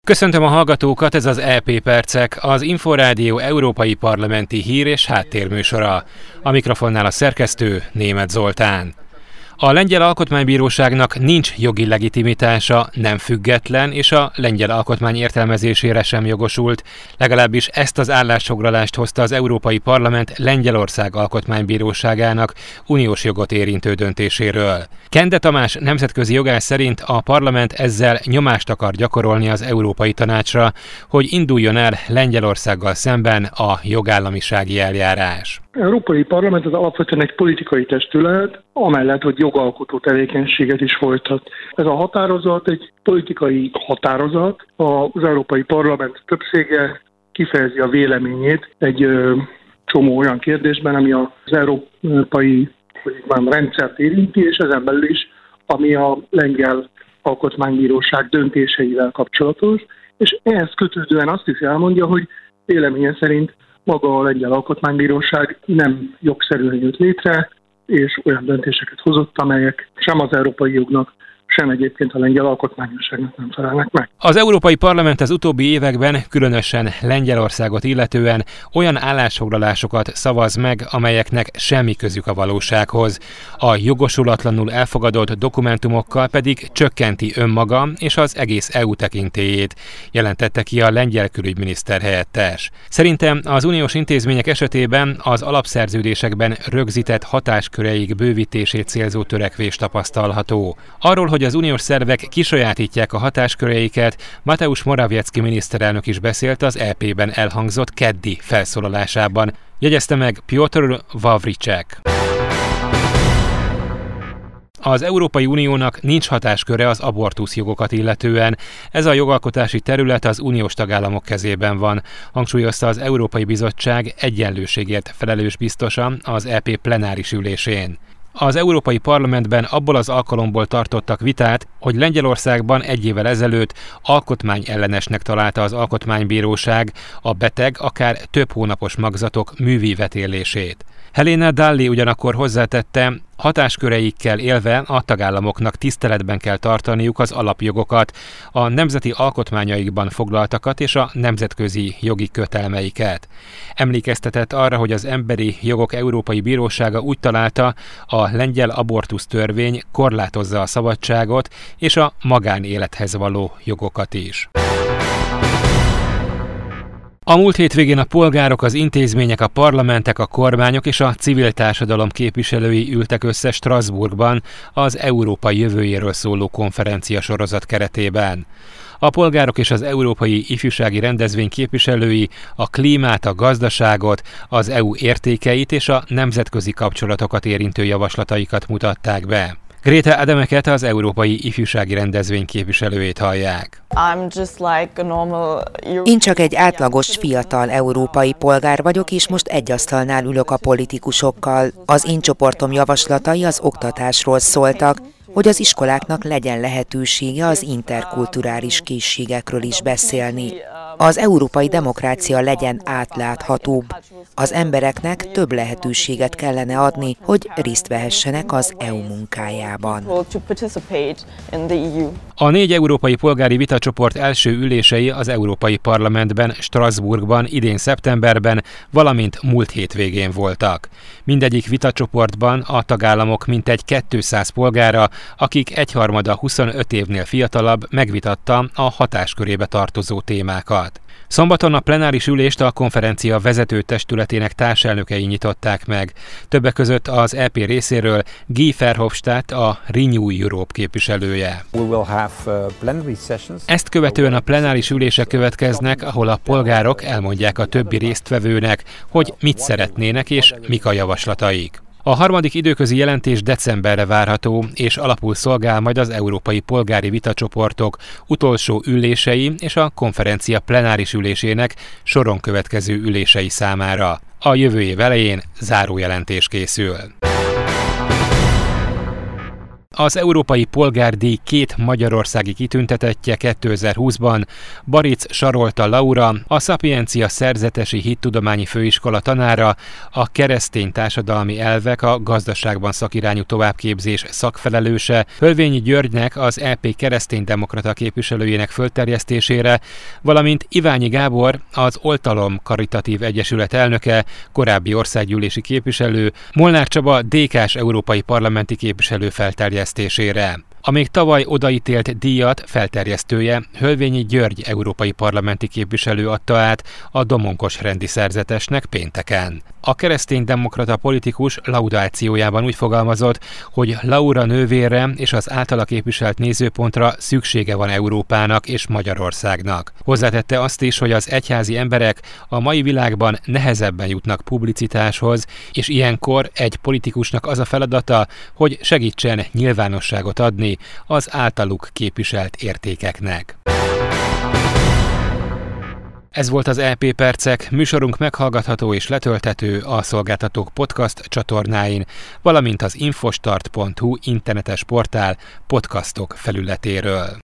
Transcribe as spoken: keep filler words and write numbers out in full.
Köszöntöm a hallgatókat, ez az é pé Percek, az Inforádió európai parlamenti hír- és háttérműsora. A mikrofonnál a szerkesztő Németh Zoltán. A Lengyel Alkotmánybíróságnak nincs jogi legitimitása, nem független, és a lengyel alkotmány értelmezésére sem jogosult. Legalábbis ezt az állásfoglalást hozta az Európai Parlament Lengyelország Alkotmánybíróságának uniós jogot érintő döntéséről. Kende Tamás nemzetközi jogász szerint a parlament ezzel nyomást akar gyakorolni az Európai Tanácsra, hogy induljon el Lengyelországgal szemben a jogállamisági eljárás. Az Európai Parlament az alapvetően egy politikai testület, amellett, hogy jogalkotó tevékenységet is folytat. Ez a határozat egy politikai határozat, az Európai Parlament többsége kifejezi a véleményét egy ö, csomó olyan kérdésben, ami az európai hogy mondjam, rendszert érinti, és ezen belül is, ami a Lengyel Alkotmánybíróság döntéseivel kapcsolatos, és ehhez kötődően azt is elmondja, hogy véleménye szerint maga a Lengyel Alkotmánybíróság nem jogszerűen jött létre, és olyan döntéseket hozott, amelyek sem az európai jognak, sem egyébként a lengyel alkotmányosságnak nem felelnek meg. Az Európai Parlament az utóbbi években, különösen Lengyelországot illetően olyan állásfoglalásokat szavaz meg, amelyeknek semmi közük a valósághoz. A jogosulatlanul elfogadott dokumentumokkal pedig csökkenti önmaga és az egész é u tekintélyét, jelentette ki a lengyel külügyminiszter helyettes. Szerintem az uniós intézmények esetében az alapszerződésekben rögzített hatásköreik bővítését célzó törekvés tapasztalható. Arról, hogy az uniós szervek kisajátítják a hatásköreiket, Mateusz Morawiecki miniszterelnök is beszélt az é pében elhangzott keddi felszólalásában, jegyezte meg Piotr Wawrzyk. Az Európai Uniónak nincs hatásköre az abortuszjogokat illetően. Ez a jogalkotási terület az uniós tagállamok kezében van, hangsúlyozta az Európai Bizottság egyenlőségért felelős biztosa az é pé plenáris ülésén. Az Európai Parlamentben abból az alkalomból tartottak vitát, hogy Lengyelországban egy évvel ezelőtt alkotmányellenesnek találta az Alkotmánybíróság a beteg, akár több hónapos magzatok művi vetélését. Helena Dalli ugyanakkor hozzátette, hatásköreikkel élve a tagállamoknak tiszteletben kell tartaniuk az alapjogokat, a nemzeti alkotmányaikban foglaltakat és a nemzetközi jogi kötelmeiket. Emlékeztetett arra, hogy az Emberi Jogok Európai Bírósága úgy találta, a lengyel abortusz törvény korlátozza a szabadságot és a magánélethez való jogokat is. A múlt hétvégén a polgárok, az intézmények, a parlamentek, a kormányok és a civil társadalom képviselői ültek össze Strasbourgban az Európa jövőjéről szóló konferencia sorozat keretében. A polgárok és az Európai Ifjúsági Rendezvény képviselői a klímát, a gazdaságot, az é u értékeit és a nemzetközi kapcsolatokat érintő javaslataikat mutatták be. Greta Adameket, az Európai Ifjúsági Rendezvény képviselőjét hallják. Én csak egy átlagos fiatal európai polgár vagyok, és most egy asztalnál ülök a politikusokkal. Az én csoportom javaslatai az oktatásról szóltak, hogy az iskoláknak legyen lehetősége az interkulturális készségekről is beszélni. Az európai demokrácia legyen átláthatóbb. Az embereknek több lehetőséget kellene adni, hogy részt vehessenek az é u munkájában. A négy európai polgári vitacsoport első ülései az Európai Parlamentben, Strasbourgban idén szeptemberben, valamint múlt hétvégén voltak. Mindegyik vitacsoportban a tagállamok mintegy kétszáz polgára, akik egyharmada huszonöt évnél fiatalabb, megvitatta a hatáskörébe tartozó témákat. Szombaton a plenáris ülést a konferencia vezető testületének társelnökei nyitották meg. Többek között az é pé részéről Guy Verhofstadt, a Renew Europe képviselője. Ezt követően a plenáris ülések következnek, ahol a polgárok elmondják a többi résztvevőnek, hogy mit szeretnének és mik a javaslataik. A harmadik időközi jelentés decemberre várható, és alapul szolgál majd az európai polgári vitacsoportok utolsó ülései és a konferencia plenáris ülésének soron következő ülései számára. A jövő év elején zárójelentés készül. Az Európai Polgárdíj két magyarországi kitüntetettje kétezer-húszban, Baric Sarolta Laura, a Szapiencia Szerzetesi Hittudományi Főiskola tanára, a keresztény társadalmi elvek a gazdaságban szakirányú továbbképzés szakfelelőse, Hölvényi Györgynek az é pé kereszténydemokrata képviselőjének fölterjesztésére, valamint Iványi Gábor, az Oltalom Karitatív Egyesület elnöke, korábbi országgyűlési képviselő, Molnár Csaba dé ká-s európai parlamenti képviselő felterjesztésére. A még tavaly odaítélt díjat felterjesztője, Hölvényi György európai parlamenti képviselő adta át a Domonkos rendi szerzetesnek pénteken. A kereszténydemokrata politikus laudációjában úgy fogalmazott, hogy Laura nővérre és az általa képviselt nézőpontra szüksége van Európának és Magyarországnak. Hozzátette azt is, hogy az egyházi emberek a mai világban nehezebben jutnak publicitáshoz, és ilyenkor egy politikusnak az a feladata, hogy segítsen nyilvánosságot adni az általuk képviselt értékeknek. Ez volt az é pé Percek, műsorunk meghallgatható és letölthető a Szolgáltatók podcast csatornáin, valamint az infostart pont hu internetes portál podcastok felületéről.